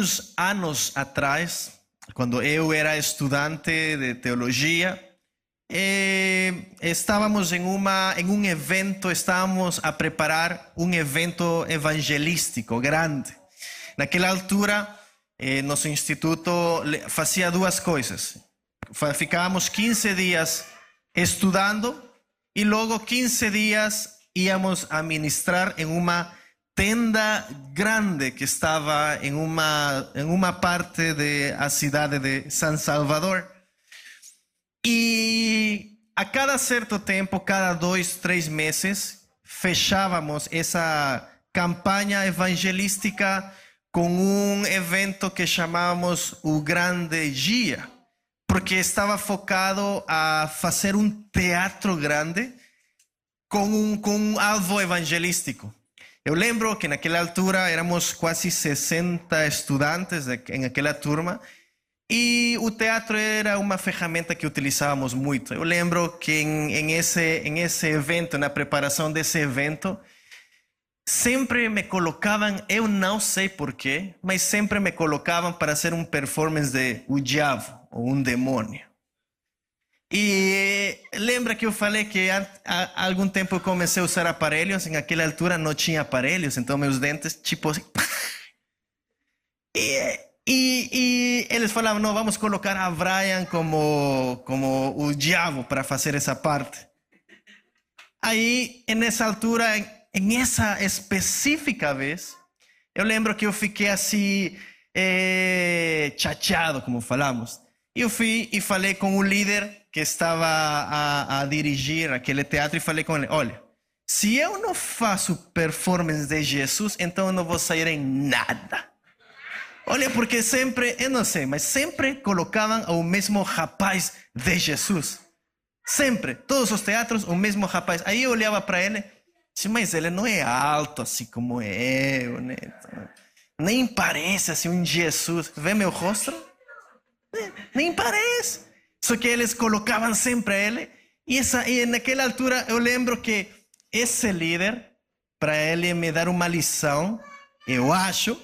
alguns anos atrás, quando eu era estudante de teologia, estávamos em um evento, estávamos a preparar um evento evangelístico grande. Naquela altura, nosso instituto fazia duas coisas. Ficávamos 15 dias estudando e logo 15 dias íamos a ministrar em uma tenda grande que estava em uma parte da cidade de San Salvador. E a cada certo tempo, cada 2, 3 meses, fechávamos essa campanha evangelística com um evento que chamávamos o Grande Dia, porque estava focado a fazer um teatro grande com um alvo evangelístico. Eu lembro que naquela altura éramos quase 60 estudantes naquela turma, e o teatro era uma ferramenta que utilizávamos muito. Eu lembro que em esse evento, na preparação desse evento, sempre me colocavam, eu não sei porquê, mas sempre me colocavam para ser um performance de o diabo ou um demônio. E lembra que eu falei que há algum tempo eu comecei a usar aparelhos? Em aquela altura não tinha aparelhos, então meus dentes tipo assim. E eles falavam, não, vamos colocar a Brian como o diabo para fazer essa parte. Aí, nessa altura, em essa específica vez, eu lembro que eu fiquei assim, chateado, como falamos. E eu fui e falei com o líder que estava a dirigir aquele teatro e falei com ele, olha, se eu não faço performance de Jesus, então eu não vou sair em nada. Olha, porque sempre, eu não sei, mas sempre colocavam o mesmo rapaz de Jesus. Sempre, todos os teatros, o mesmo rapaz. Aí eu olhava para ele, disse, mas ele não é alto assim como eu, né? Nem parece assim um Jesus. Vê meu rosto? Nem parece. Só que eles colocavam sempre ele. E naquela altura eu lembro que esse líder, para ele me dar uma lição, eu acho,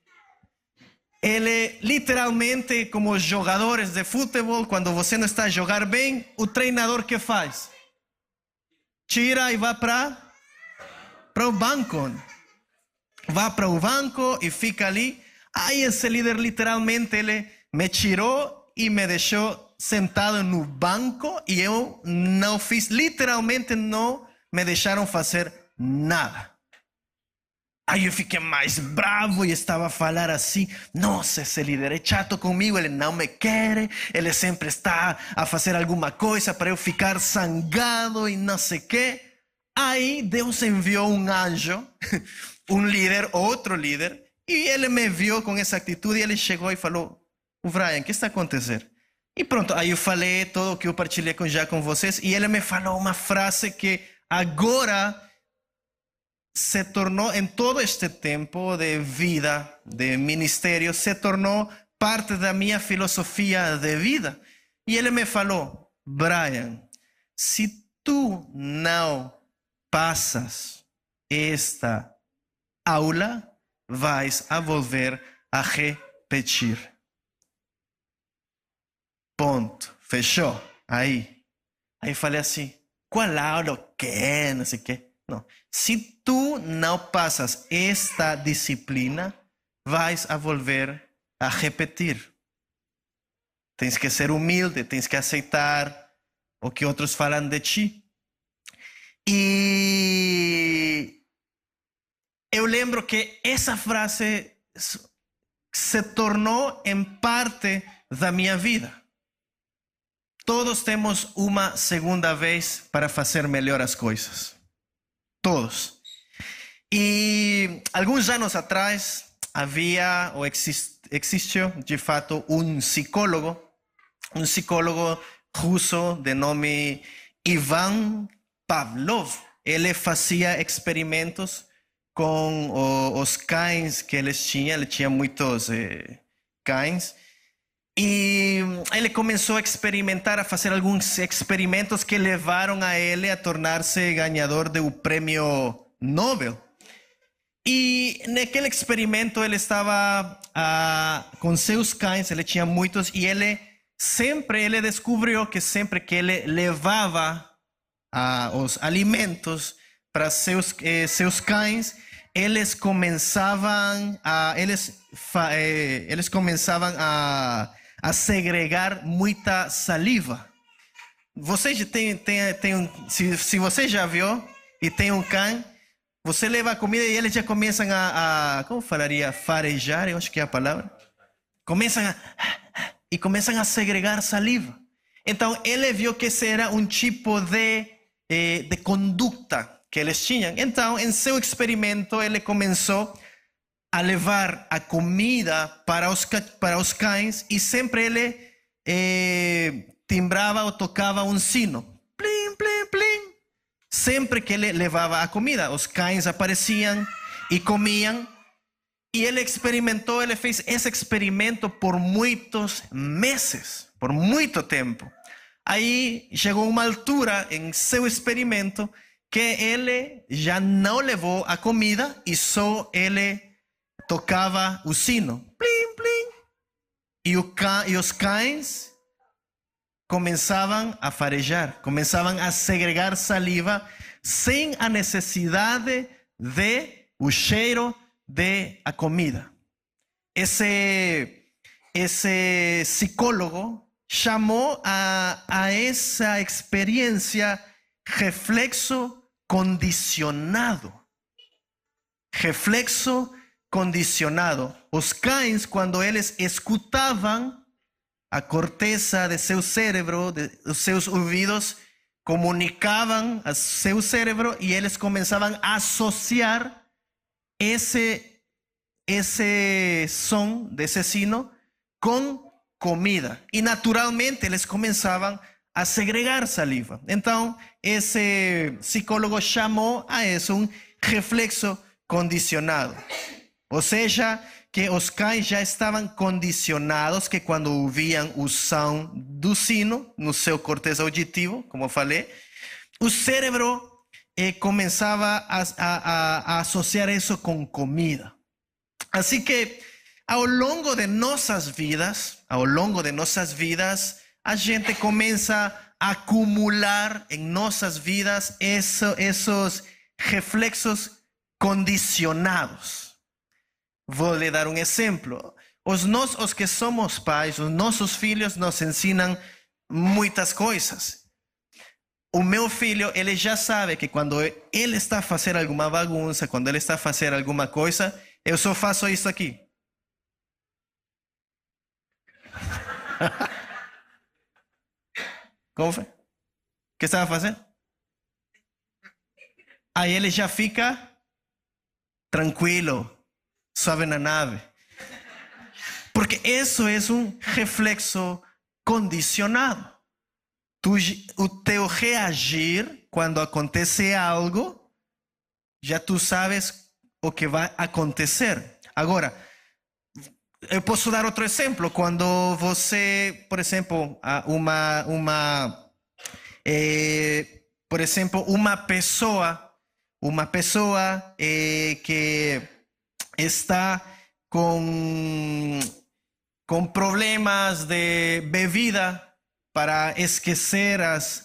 ele literalmente, como os jogadores de futebol, quando você não está a jogar bem, o treinador que faz? Tira e vai para o banco. Vai para o banco e fica ali. Aí esse líder literalmente, ele me tirou e me deixou sentado no banco e eu não fiz, literalmente não me deixaram fazer nada. Aí eu fiquei mais bravo e estava a falar assim, nossa, esse líder é chato comigo, ele não me quer, ele sempre está a fazer alguma coisa para eu ficar zangado e não sei o quê. Aí Deus enviou um anjo, um líder, outro líder, e ele me viu com essa atitude e ele chegou e falou, Brian, o que está acontecendo? E pronto, aí eu falei tudo o que eu partilhei já com vocês e ele me falou uma frase que agora se tornou, em todo este tempo de vida, de ministério, se tornou parte da minha filosofia de vida. E ele me falou, Brian, se tu não passas esta aula, vais a volver a repetir. Ponto. Fechou. Aí falei assim, qual aula? O quê? Não sei o quê. Não. Se tu não passas esta disciplina, vais a volver a repetir. Tens que ser humilde, tens que aceitar o que outros falam de ti. E eu lembro que essa frase se tornou em parte da minha vida. Todos temos uma segunda vez para fazer melhor as coisas. Todos. E alguns anos atrás havia ou existiu de fato um psicólogo russo de nome Ivan Pavlov. Ele fazia experimentos com os cães que ele tinha muitos cães. E ele começou a experimentar, a fazer alguns experimentos que levaram a ele a tornar-se ganhador do prêmio Nobel. E naquele experimento ele estava com seus cães, ele tinha muitos, e ele descobriu que sempre que ele levava os alimentos para seus cães, eles começavam a segregar muita saliva. Você se você já viu e tem um cão, você leva a comida e eles já começam como falaria, farejar, eu acho que é a palavra. Começam a segregar saliva. Então, ele viu que esse era um tipo de conduta que eles tinham. Então, em seu experimento, ele começou a levar a comida para os cães e sempre ele timbrava ou tocava um sino. Plim, plim, plim. Sempre que ele levava a comida, os cães apareciam e comiam. E ele fez esse experimento por muitos meses, por muito tempo. Aí chegou uma altura em seu experimento que ele já não levou a comida e só ele tocava o sino. Plim, plim. E os cães começavam a farejar, começavam a segregar saliva sem a necessidade de o cheiro de a comida. Esse psicólogo chamou a essa experiência reflexo condicionado. Reflexo condicionado. Os cães, quando eles escutavam a corteza de seu cérebro, dos seus ouvidos, comunicavam a seu cérebro e eles começavam a associar esse som desse sino com comida. E naturalmente eles começavam a segregar saliva. Então, esse psicólogo chamou a isso um reflexo condicionado. Ou seja, que os cães já estavam condicionados que quando ouviam o som do sino no seu corteza auditivo, como eu falei, o cérebro começava a associar isso com comida. Assim que ao longo de nossas vidas, a gente começa a acumular em nossas vidas esses reflexos condicionados. Vou lhe dar um exemplo. Os que somos pais, os nossos filhos nos ensinam muitas coisas. O meu filho, ele já sabe que quando ele está a fazer alguma bagunça, quando ele está a fazer alguma coisa, eu só faço isso aqui. Como foi? O que estava fazendo? Aí ele já fica tranquilo, suave na nave. Porque isso é um reflexo condicionado. O teu reagir quando acontece algo, já tu sabes o que vai acontecer. Agora, eu posso dar outro exemplo. Quando você, por exemplo, uma pessoa que está com problemas de bebida para esquecer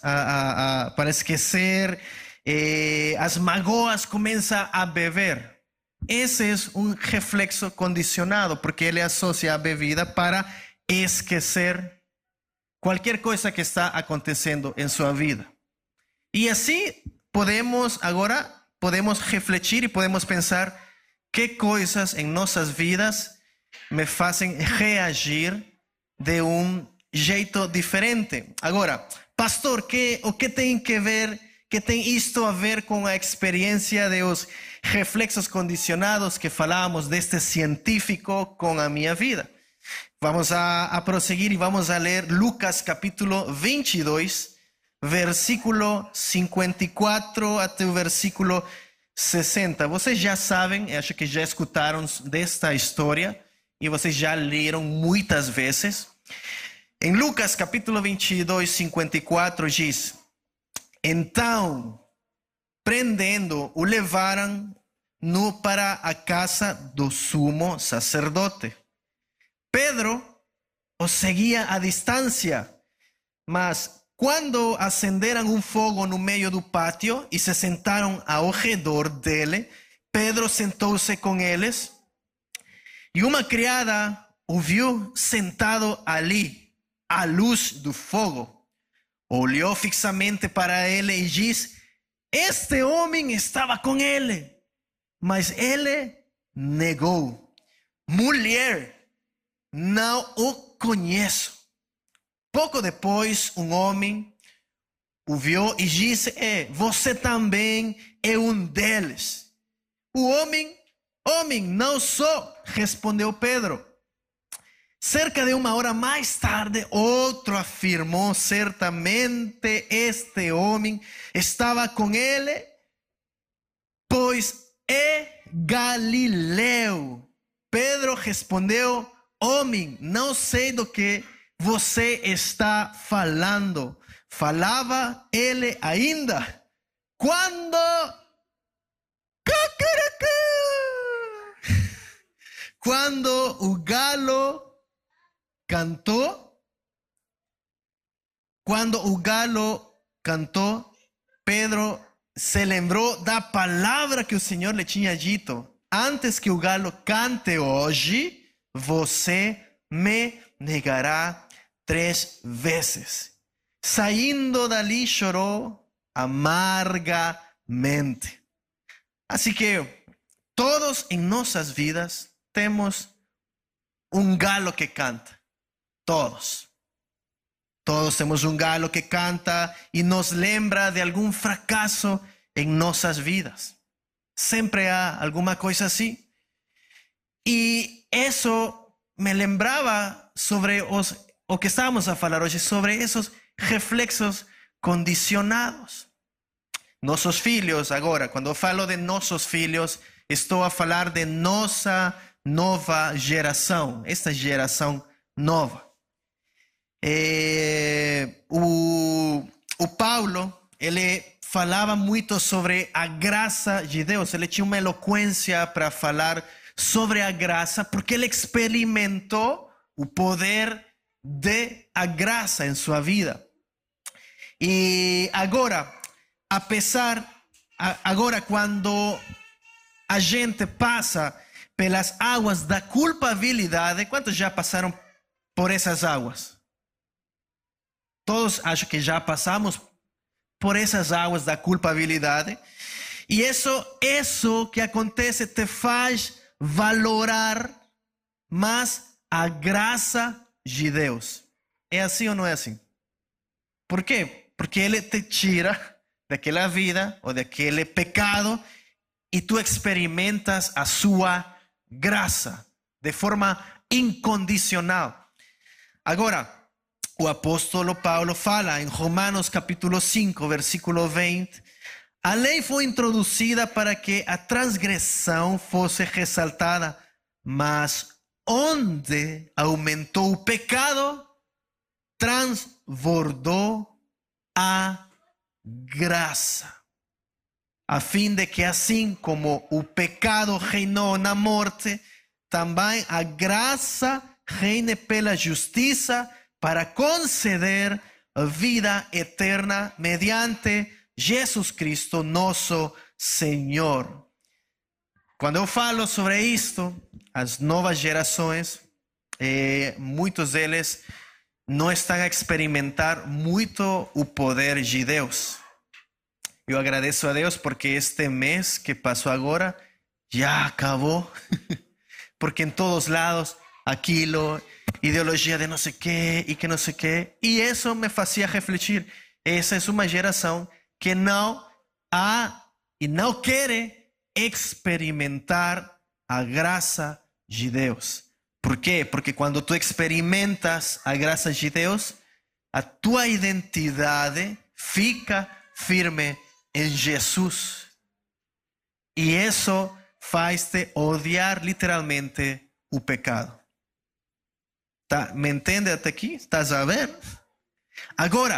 as mágoas, começa a beber. Esse é um reflexo condicionado, porque ele associa a bebida para esquecer qualquer coisa que está acontecendo em sua vida. E assim podemos refletir e podemos pensar que coisas em nossas vidas me fazem reagir de um jeito diferente. Agora, pastor, o que tem isto a ver com a experiência dos reflexos condicionados que falamos deste científico com a minha vida? Vamos a prosseguir e vamos a ler Lucas capítulo 22, versículo 54 até o versículo 60. Vocês já sabem, acho que já escutaram desta história e vocês já leram muitas vezes. Em Lucas capítulo 22, 54 diz: então, prendendo, o levaram para a casa do sumo sacerdote. Pedro o seguia à distância, mas quando acenderam um fogo no meio do pátio e se sentaram ao redor dele, Pedro sentou-se com eles e uma criada o viu sentado ali, à luz do fogo. Olhou fixamente para ele e disse: este homem estava com ele. Mas ele negou: mulher, não o conheço. Pouco depois, um homem o viu e disse: você também é um deles. O homem, não sou, respondeu Pedro. Cerca de uma hora mais tarde, outro afirmou: certamente este homem estava com ele, pois é Galileu. Pedro respondeu: homem, não sei do que você está falando. Falava ele ainda quando o galo cantou. Quando o galo cantou, Pedro se lembrou da palavra que o Senhor lhe tinha dito: antes que o galo cante hoje, você me negará 3 vezes. Saindo dali, chorou amargamente. Assim que todos em nossas vidas temos um galo que canta. Todos temos um galo que canta e nos lembra de algum fracasso em nossas vidas. Sempre há alguma coisa assim. E isso me lembrava sobre o que estávamos a falar hoje, sobre esses reflexos condicionados. Nossos filhos, agora, quando eu falo de nossos filhos, estou a falar de nossa nova geração, esta geração nova. O Paulo, ele falava muito sobre a graça de Deus. Ele tinha uma eloquência para falar sobre a graça, porque ele experimentou o poder da graça em sua vida. E agora, agora quando a gente passa pelas águas da culpabilidade, quantos já passaram por essas águas? Todos acho que já passamos por essas águas da culpabilidade. E isso que acontece te faz valorar mais a graça de Deus. É assim ou não é assim? Por quê? Porque Ele te tira daquela vida ou daquele pecado e tu experimentas a sua graça de forma incondicional. Agora, o apóstolo Paulo fala em Romanos capítulo 5, versículo 20: a lei foi introduzida para que a transgressão fosse ressaltada, mas onde aumentou o pecado, transbordou a graça, a fim de que assim como o pecado reinou na morte, também a graça reine pela justiça, para conceder a vida eterna mediante Jesus Cristo, nosso Senhor. Quando eu falo sobre isto, as novas gerações, muitos deles não estão a experimentar muito o poder de Deus. Eu agradeço a Deus porque este mês que passou agora já acabou. Porque em todos lados, aquilo, ideologia de não sei quê e que não sei quê. E isso me fazia refletir. Essa é uma geração que não há e não quer experimentar a graça de Deus. Por quê? Porque quando tu experimentas a graça de Deus, a tua identidade fica firme em Jesus. E isso faz-te odiar literalmente o pecado. Tá? Me entende até aqui? Estás a ver? Agora,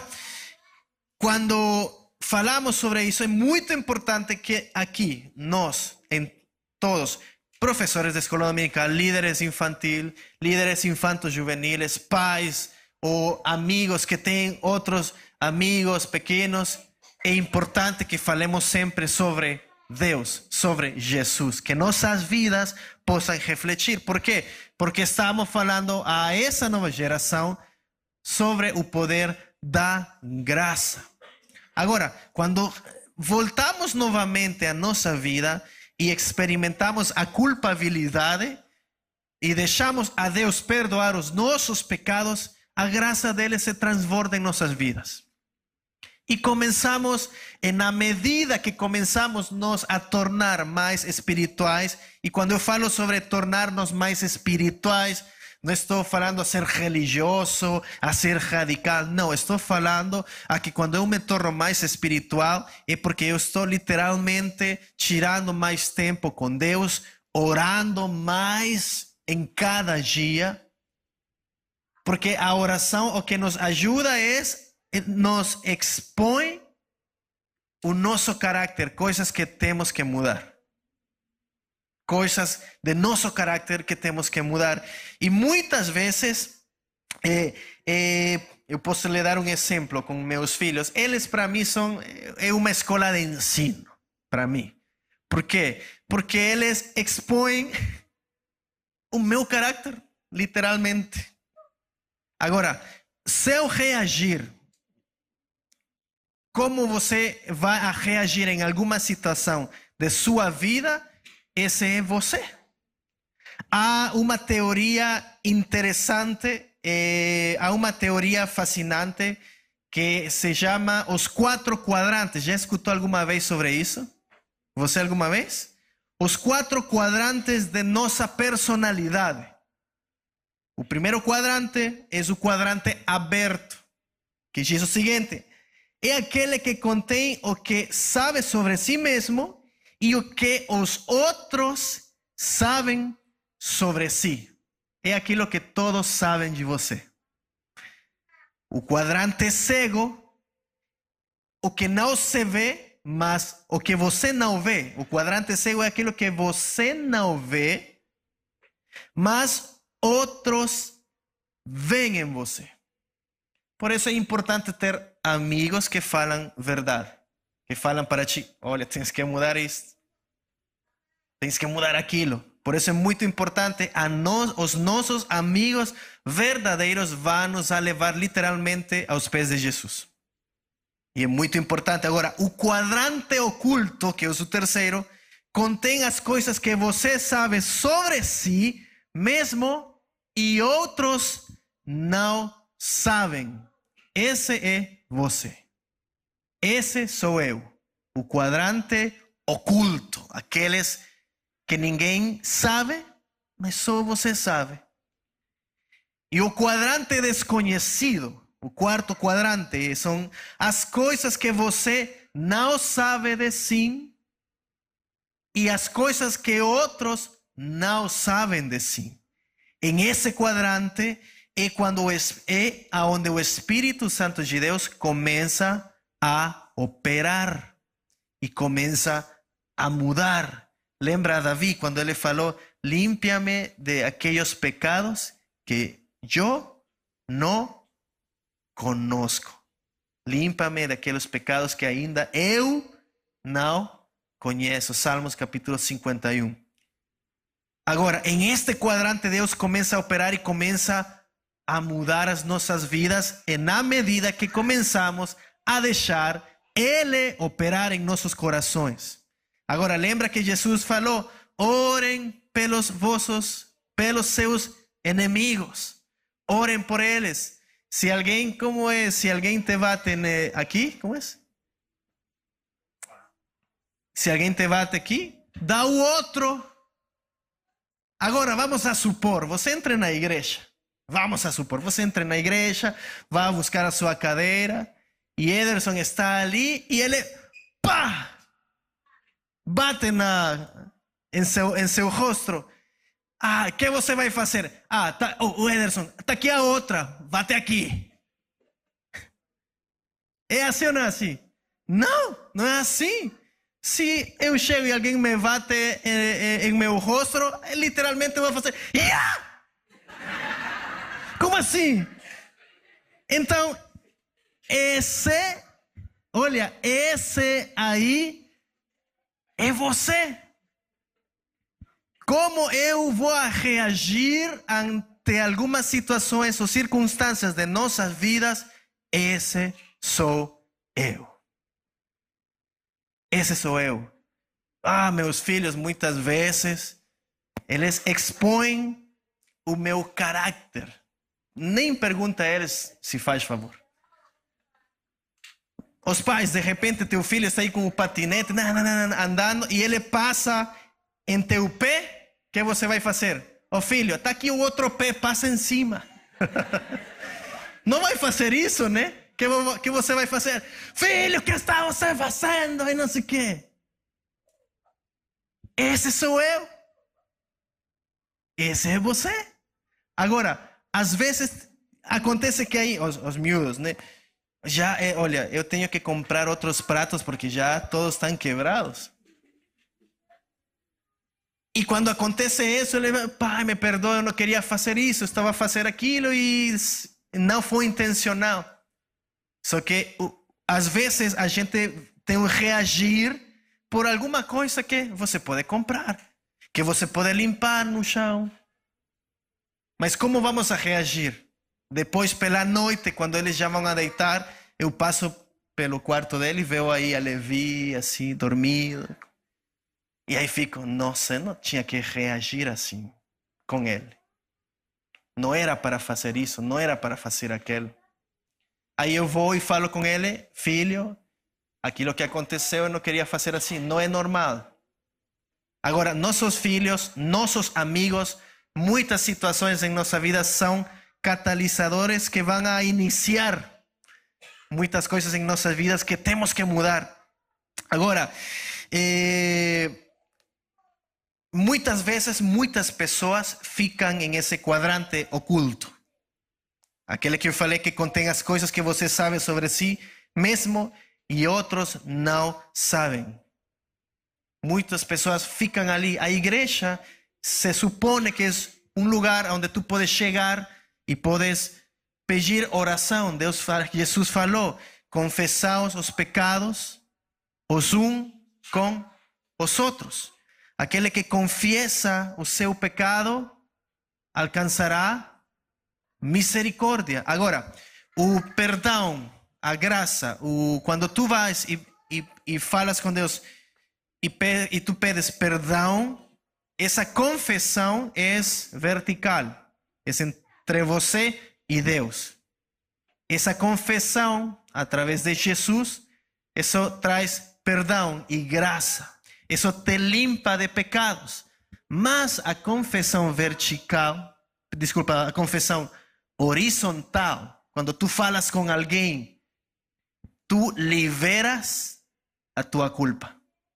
quando falamos sobre isso, é muito importante que aqui, nós, todos, professores de escola dominical, líderes infantil, líderes infantos juveniles, pais ou amigos que têm outros amigos pequenos. É importante que falemos sempre sobre Deus, sobre Jesus, que nossas vidas possam refletir. Por quê? Porque estamos falando a essa nova geração sobre o poder da graça. Agora, quando voltamos novamente a nossa vida e experimentamos a culpabilidade e deixamos a Deus perdoar os nossos pecados, a graça dele se transborda em nossas vidas. E começamos, na medida que começamos nós a tornar mais espirituais, e quando eu falo sobre tornar-nos mais espirituais, não estou falando a ser religioso, a ser radical, não, estou falando a que quando eu me torno mais espiritual, é porque eu estou literalmente tirando mais tempo com Deus, orando mais em cada dia, porque a oração o que nos ajuda nos expõe o nosso caráter, coisas que temos que mudar. Coisas de nosso caráter que temos que mudar. E muitas vezes, eu posso lhe dar um exemplo com meus filhos. Eles, para mim, é uma escola de ensino, para mim. Por quê? Porque eles expõem o meu caráter, literalmente. Agora, se eu reagir, como você vai a reagir em alguma situação de sua vida, esse é você. Há uma teoria interessante, há uma teoria fascinante que se chama os 4 quadrantes. Já escutou alguma vez sobre isso? Você alguma vez? Os 4 quadrantes de nossa personalidade. O primeiro quadrante é o quadrante aberto, que diz o seguinte: é aquele que contém o que sabe sobre si mesmo e o que os outros sabem sobre si. É aquilo que todos sabem de você. O quadrante cego, o que não se vê, mas o que você não vê. O quadrante cego é aquilo que você não vê, mas outros veem em você. Por isso é importante ter amigos que falam verdade. Que falam para ti: olha, tens que mudar isto. Tens que mudar aquilo. Por isso é muito importante, os nossos amigos verdadeiros vão nos levar literalmente aos pés de Jesus. E é muito importante. Agora, o quadrante oculto, que é o terceiro, contém as coisas que você sabe sobre si mesmo e outros não sabem. Esse é você. Esse sou eu. O quadrante oculto. Aqueles que ninguém sabe, mas só você sabe. E o quadrante desconhecido, o quarto quadrante, são as coisas que você não sabe de si e as coisas que outros não sabem de si. Em esse quadrante é onde o Espírito Santo de Deus começa a operar e começa a mudar. Lembra Davi quando ele falou: límpiame de aqueles pecados que eu não conosco. Límpiame daqueles pecados que ainda eu não conheço. Salmos capítulo 51. Agora, em este quadrante, Deus começa a operar e começa a mudar as nossas vidas, e na medida que começamos a deixar Ele operar em nossos corações. Agora, lembra que Jesus falou: orem pelos seus inimigos. Orem por eles. Se alguém, como é? Se alguém te bate aqui, como é? Se alguém te bate aqui, dá o outro. Agora, vamos a supor, você entra na igreja. Vamos a supor, você entra na igreja, vai buscar a sua cadeira, e Ederson está ali, e ele, pá! Bate em seu rosto. Ah, o que você vai fazer? Ah, tá, o Ederson, está aqui a outra, bate aqui. É assim ou não é assim? Não, não é assim. Se eu chego e alguém me bate em meu rosto, literalmente eu vou fazer... Yeah! Como assim? Então, esse aí é você. Como eu vou reagir ante algumas situações ou circunstâncias de nossas vidas, esse sou eu. Esse sou eu. Meus filhos muitas vezes, eles expõem o meu caráter. Nem pergunta a eles se faz favor. Os pais, de repente, teu filho está aí com o patinete, andando, e ele passa em teu pé, o que você vai fazer? Filho, está aqui o outro pé, passa em cima. Não vai fazer isso, né? Que você vai fazer? Filho, o que está você fazendo? E não sei o quê. Esse sou eu. Esse é você. Agora, às vezes acontece que aí os miúdos, né? Já olha, eu tenho que comprar outros pratos porque já todos estão quebrados. E quando acontece isso, ele, pai, me perdoa, eu não queria fazer isso, estava a fazer aquilo e não foi intencional. Só que às vezes a gente tem que reagir por alguma coisa que você pode comprar, que você pode limpar no chão. Mas como vamos a reagir? Depois, pela noite, quando eles já vão a deitar, eu passo pelo quarto dele e vejo aí a Levi, assim, dormido. E aí fico, nossa, eu não tinha que reagir assim com ele. Não era para fazer isso, não era para fazer aquilo. Aí eu vou e falo com ele, filho, aquilo que aconteceu eu não queria fazer assim, não é normal. Agora, nossos filhos, nossos amigos, muitas situações em nossa vida são catalisadores que vão a iniciar muitas coisas em nossas vidas que temos que mudar. Agora, muitas vezes, muitas pessoas ficam em esse quadrante oculto. Aquele que eu falei que contém as coisas que você sabe sobre si mesmo e outros não sabem. Muitas pessoas ficam ali. A igreja se supõe que é um lugar onde tu podes chegar e podes pedir oração. Jesus falou, confessaos os pecados, os uns com os outros. Aquele que confiesa o seu pecado alcançará misericórdia. Agora, o perdão, a graça, quando tu vais e falas com Deus e tu pedes perdão, essa confissão é vertical, é entre você e Deus. Essa confissão, através de Jesus, isso traz perdão e graça. Isso te limpa de pecados. Mas a confissão a confissão horizontal, quando tu falas com alguém, tu liberas a tua culpa.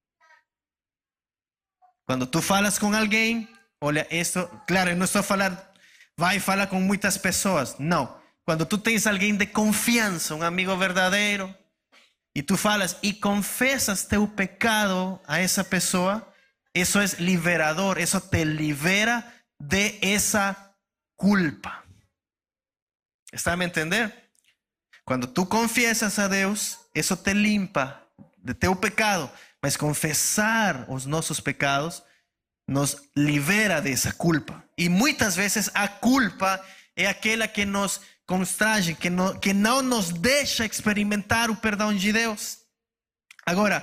Quando tu falas com alguém, olha, isso, claro, eu não estou falando, vai e fala com muitas pessoas. Não. Quando tu tens alguém de confiança, um amigo verdadeiro, e tu falas e confessas teu pecado a essa pessoa, isso é liberador, isso te libera de essa culpa. ¿Está a me entender? Quando tu confiesas a Deus, isso te limpa de teu pecado, mas confessar os nossos pecados nos libera dessa culpa. E muitas vezes a culpa é aquela que nos constrange, que não nos deixa experimentar o perdão de Deus. Agora,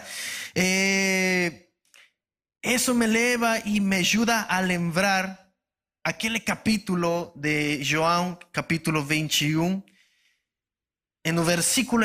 isso me leva e me ajuda a lembrar aquele capítulo de João, capítulo 21, no versículo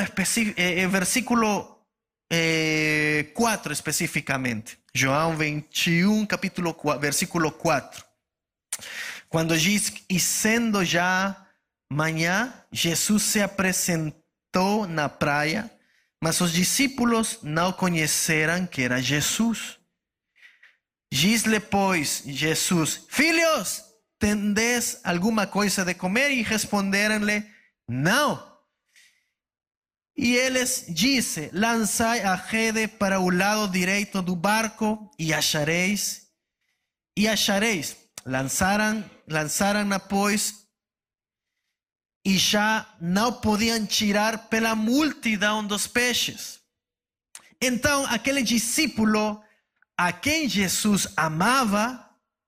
4 especificamente. João 21, capítulo 4, versículo 4. Quando diz, e sendo já manhã, Jesus se apresentou na praia, mas os discípulos não conheceram que era Jesus. Diz-lhe, pois, Jesus, filhos, tendes alguma coisa de comer? E responderam-lhe, não. E eles disse: lançai a rede para o lado direito do barco e achareis. E achareis. Lançaram-na, pois, e já não podiam tirar pela multidão dos peixes. Então, aquele discípulo a quem Jesus amava,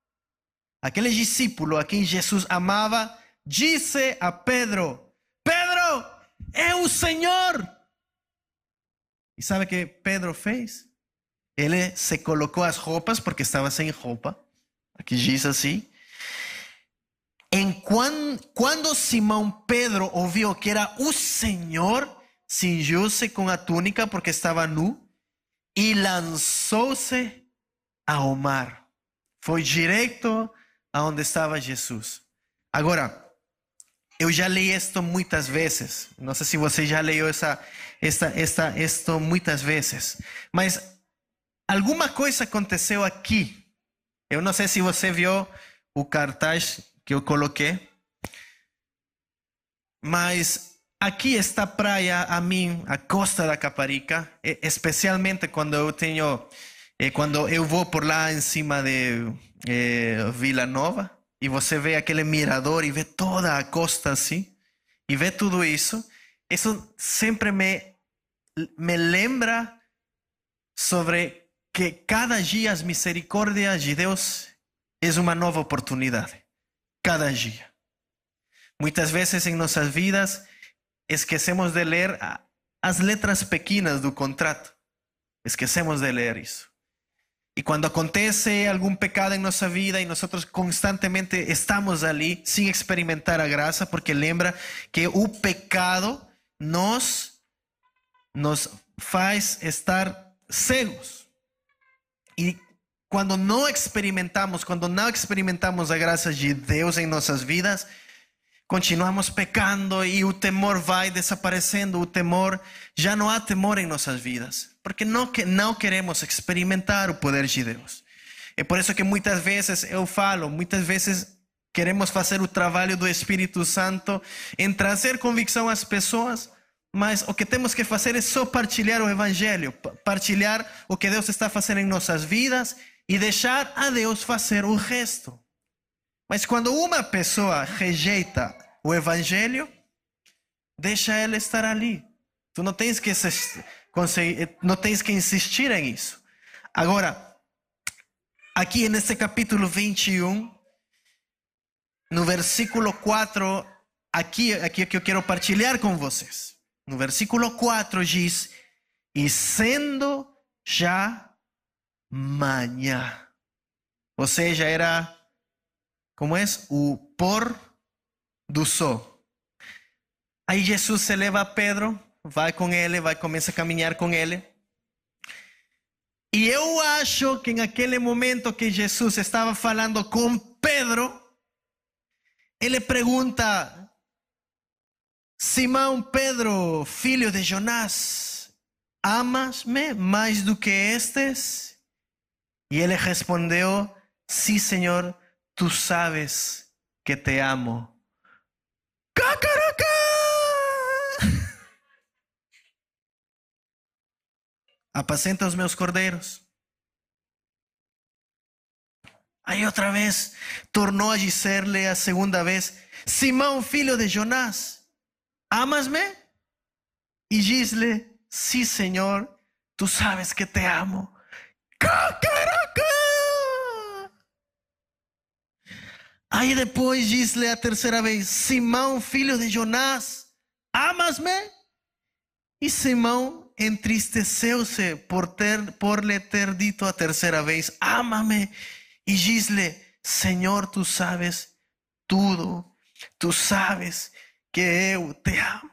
disse a Pedro: Pedro, é o Senhor. E sabe o que Pedro fez? Ele se colocou as roupas, porque estava sem roupa. Aqui diz assim. Quando Simão Pedro ouviu que era o Senhor, cingiu-se com a túnica, porque estava nu, e lançou-se ao mar. Foi direto aonde estava Jesus. Agora, eu já li isto muitas vezes. Não sei se você já leu isto muitas vezes. Mas alguma coisa aconteceu aqui. Eu não sei se você viu o cartaz que eu coloquei. Mas aqui está a praia, a costa da Caparica. Especialmente quando eu vou por lá em cima de Vila Nova. E você vê aquele mirador e vê toda a costa assim. E vê tudo isso. Isso sempre me lembra sobre que cada dia as misericórdias de Deus é uma nova oportunidade. Cada dia. Muitas vezes em nossas vidas esquecemos de ler as letras pequenas do contrato. Esquecemos de ler isso. E quando acontece algum pecado em nossa vida e nós constantemente estamos ali sem experimentar a graça, porque lembra que o pecado nos faz estar cegos. E quando não experimentamos a graça de Deus em nossas vidas, continuamos pecando e o temor vai desaparecendo. Já não há temor em nossas vidas, porque não queremos experimentar o poder de Deus. É por isso que muitas vezes queremos fazer o trabalho do Espírito Santo em trazer convicção às pessoas, mas o que temos que fazer é só partilhar o Evangelho, partilhar o que Deus está fazendo em nossas vidas e deixar a Deus fazer o resto. Mas quando uma pessoa rejeita o Evangelho, deixa ela estar ali. Tu não tens que insistir em isso. Agora, aqui nesse capítulo 21, no versículo 4, aqui que eu quero partilhar com vocês. No versículo 4 diz: e sendo já manhã. Ou seja, era, como é? O pôr do sol. Aí Jesus se leva a Pedro, vai com ele, começa a caminhar com ele. E eu acho que naquele momento que Jesus estava falando com Pedro, ele pergunta: Simão Pedro, filho de Jonás, amas-me mais do que estes? E ele respondeu: sí, Senhor, tu sabes que te amo. ¡Cacaraca! Apacenta os meus cordeiros. Aí outra vez tornou a dizer-lhe a segunda vez: Simão, filho de Jonás, amas-me? E diz-lhe: sí, Senhor, tu sabes que te amo. ¡Cacaraca! Aí depois diz-lhe a terceira vez: Simão, filho de Jonás, amas-me? E Simão entristeceu-se por lhe ter dito a terceira vez: ama-me. E diz-lhe: Senhor, tu sabes tudo, tu sabes que eu te amo.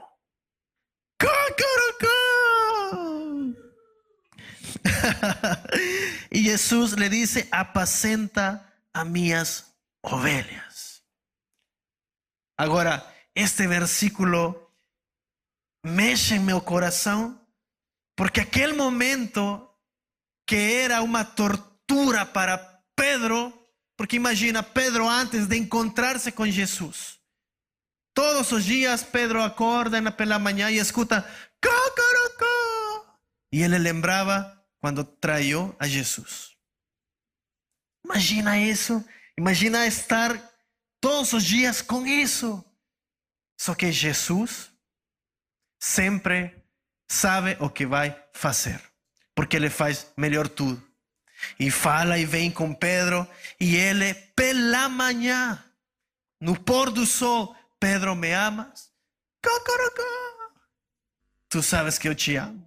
E Jesus lhe disse: apacenta a minhas ovelhas. Agora, este versículo mexe em meu coração, porque aquele momento que era uma tortura para Pedro, porque imagina, Pedro antes de encontrar-se com Jesus, todos os dias Pedro acorda pela manhã e escuta: Y él le lembraba cuando traió a Jesús. Imagina eso. Imagina estar todos os dias com isso. Só que Jesus sempre sabe o que vai fazer, porque ele faz melhor tudo. E fala e vem com Pedro, e ele, pela manhã, no pôr do sol, Pedro, me amas? Cocorocó. Tu sabes que eu te amo.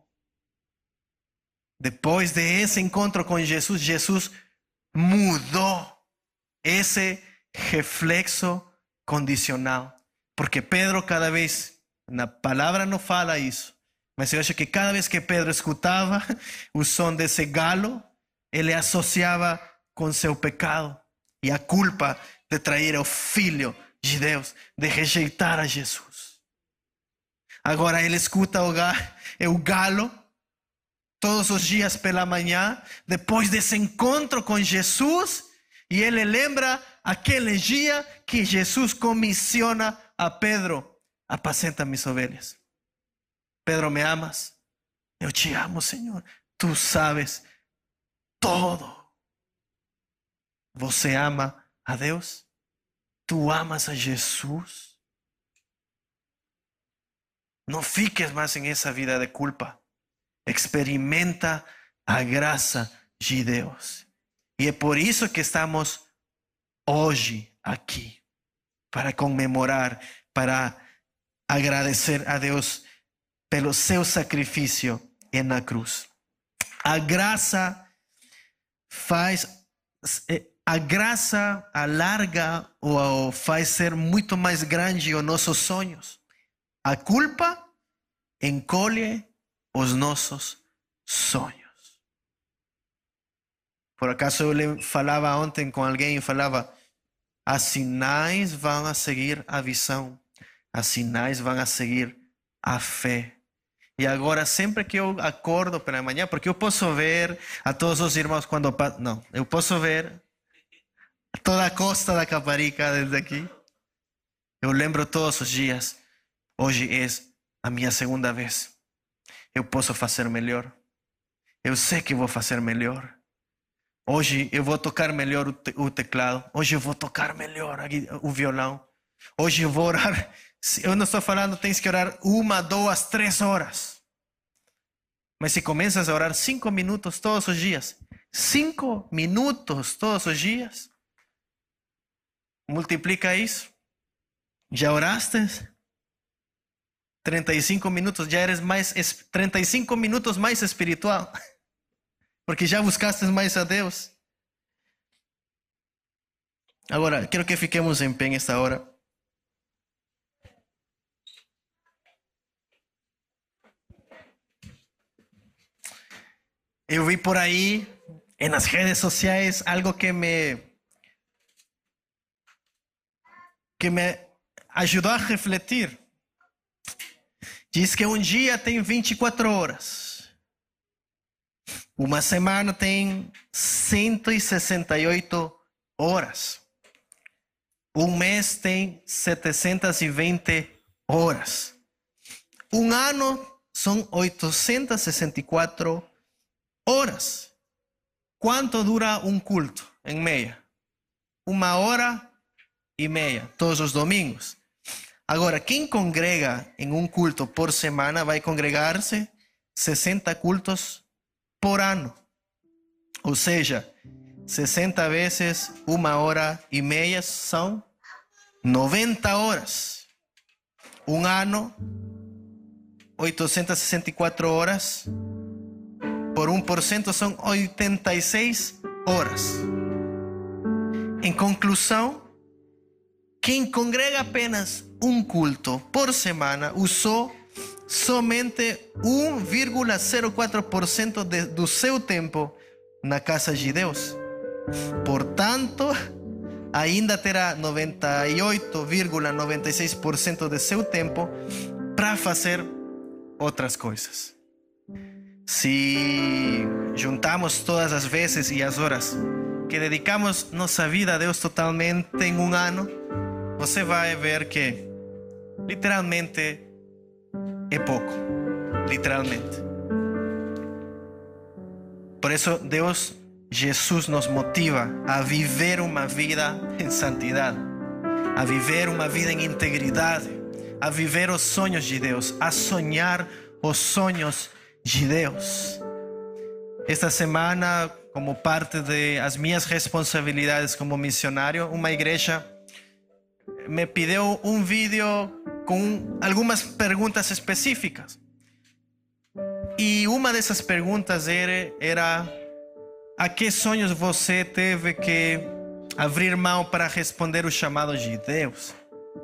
Depois de esse encontro com Jesus, Jesus mudou esse reflexo condicional. Porque Pedro cada vez, na palavra não fala isso, mas eu acho que cada vez que Pedro escutava o som desse galo, ele associava com seu pecado e a culpa de trair o Filho de Deus, de rejeitar a Jesus. Agora ele escuta o galo todos os dias pela manhã, depois desse encontro com Jesus, e ele lembra aquele dia que Jesus comissiona a Pedro: apacenta mis ovelhas. Pedro, me amas? Eu te amo, Senhor. Tu sabes todo. Você ama a Deus? Tu amas a Jesus? Não fiques mais em essa vida de culpa. Experimenta a graça de Deus. E é por isso que estamos hoje aqui, para comemorar, para agradecer a Deus pelo seu sacrifício na cruz. A graça alarga ou faz ser muito mais grande os nossos sonhos. A culpa encolhe os nossos sonhos. Por acaso eu falava ontem com alguém e falava: as sinais vão a seguir a visão, as sinais vão a seguir a fé. E agora, sempre que eu acordo pela manhã, porque eu posso ver a todos os irmãos quando não, eu posso ver toda a costa da Caparica desde aqui. Eu lembro todos os dias: hoje é a minha segunda vez. Eu posso fazer melhor. Eu sei que vou fazer melhor. Hoje eu vou tocar melhor o teclado. Hoje eu vou tocar melhor o violão. Hoje eu vou orar. Eu não estou falando tens que orar 1, 2, 3 horas. Mas se começas a orar 5 minutos todos os dias, 5 minutos todos os dias, multiplica isso. Já oraste? 35 minutos, já eres 35 minutos mais espiritual. Porque já buscaste mais a Deus. Agora, quero que fiquemos em pé nesta hora. Eu vi por aí, nas redes sociais, algo que me ajudou a refletir. Diz que um dia tem 24 horas. Uma semana tem 168 horas. Um mês tem 720 horas. Um ano são 864 horas. Quanto dura um culto, em média? 1h30, todos os domingos. Agora, quem congrega em um culto por semana vai congregar-se 60 cultos por ano. Ou seja, 60 vezes 1h30 são 90 horas. Um ano, 864 horas. Por 1% são 86 horas. Em conclusão, quem congrega apenas um culto por semana usou somente 1,04% do seu tempo na casa de Deus. Portanto, ainda terá 98,96% de seu tempo para fazer outras coisas. Se juntamos todas as vezes e as horas que dedicamos nossa vida a Deus totalmente em um ano, você vai ver que literalmente é pouco. Literalmente. por eso Deus, Jesus nos motiva a viver uma vida em santidade, a viver uma vida em integridade, a viver os sonhos de Deus, a sonhar os sonhos de Deus. Esta semana, como parte de as minhas responsabilidades como missionário, uma igreja me pediu um vídeo com algumas perguntas específicas. E uma dessas perguntas era: a que sonhos você teve que abrir mão para responder o chamado de Deus?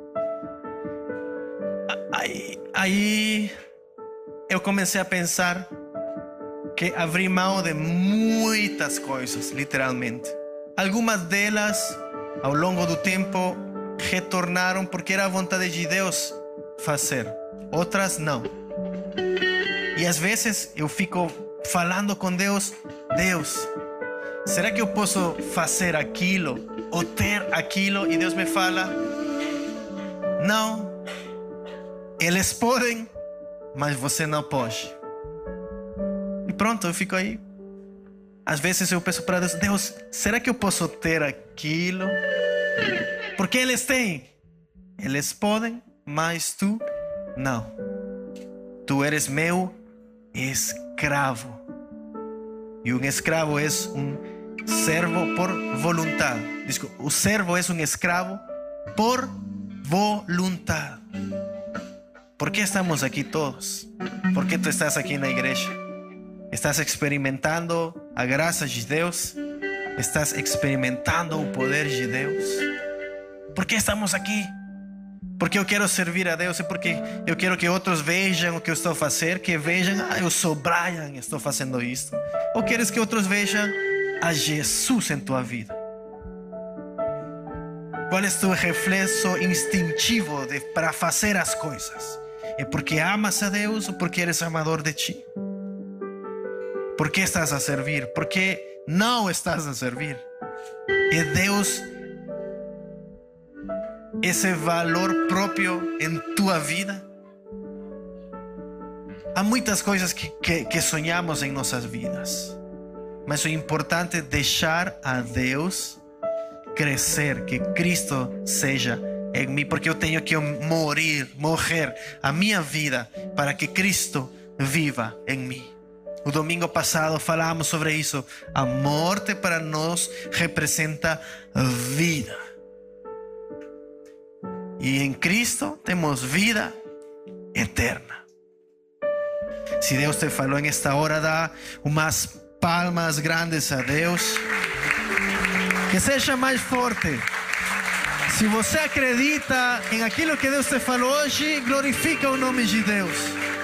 Aí eu comecei a pensar que abri mão de muitas coisas, literalmente. Algumas delas, ao longo do tempo, retornaram porque era a vontade de Deus fazer. Outras não. E às vezes eu fico falando com Deus: Deus, será que eu posso fazer aquilo ou ter aquilo? E Deus me fala: não, eles podem, mas você não pode. E pronto, eu fico aí. Às vezes eu peço para Deus: Deus, será que eu posso ter aquilo? Porque eles têm. Eles podem, mas tu não. Tu eres meu escravo. E um escravo é um servo por voluntade. Desculpa, o servo é um escravo por voluntade. ¿Por qué estamos aquí todos? ¿Por qué tú estás aquí en la igreja? ¿Estás experimentando a graça de Deus? ¿Estás experimentando o poder de Deus? ¿Por qué estamos aqui? Porque eu quero servir a Deus, é porque eu quero que outros vejam o que eu estou fazendo, que vejam: eu sou Brian, estou fazendo isto. Ou queres que outros vejam a Jesus em tua vida? Qual é o teu reflexo instintivo para fazer as coisas? É porque amas a Deus ou porque eres amador de ti? ¿Por qué estás a servir? ¿Por qué no estás a servir? ¿Es Deus esse valor próprio em tua vida? Há muitas coisas que sonhamos em nossas vidas, mas o importante é deixar a Deus crescer, que Cristo seja em mim, porque eu tenho que morrer a minha vida para que Cristo viva em mim. O domingo passado falamos sobre isso. A morte para nós representa vida. E em Cristo temos vida eterna. Se Deus te falou em esta hora, dá umas palmas grandes a Deus. Que seja mais forte. Se você acredita em aquilo que Deus te falou hoje, glorifica o nome de Deus.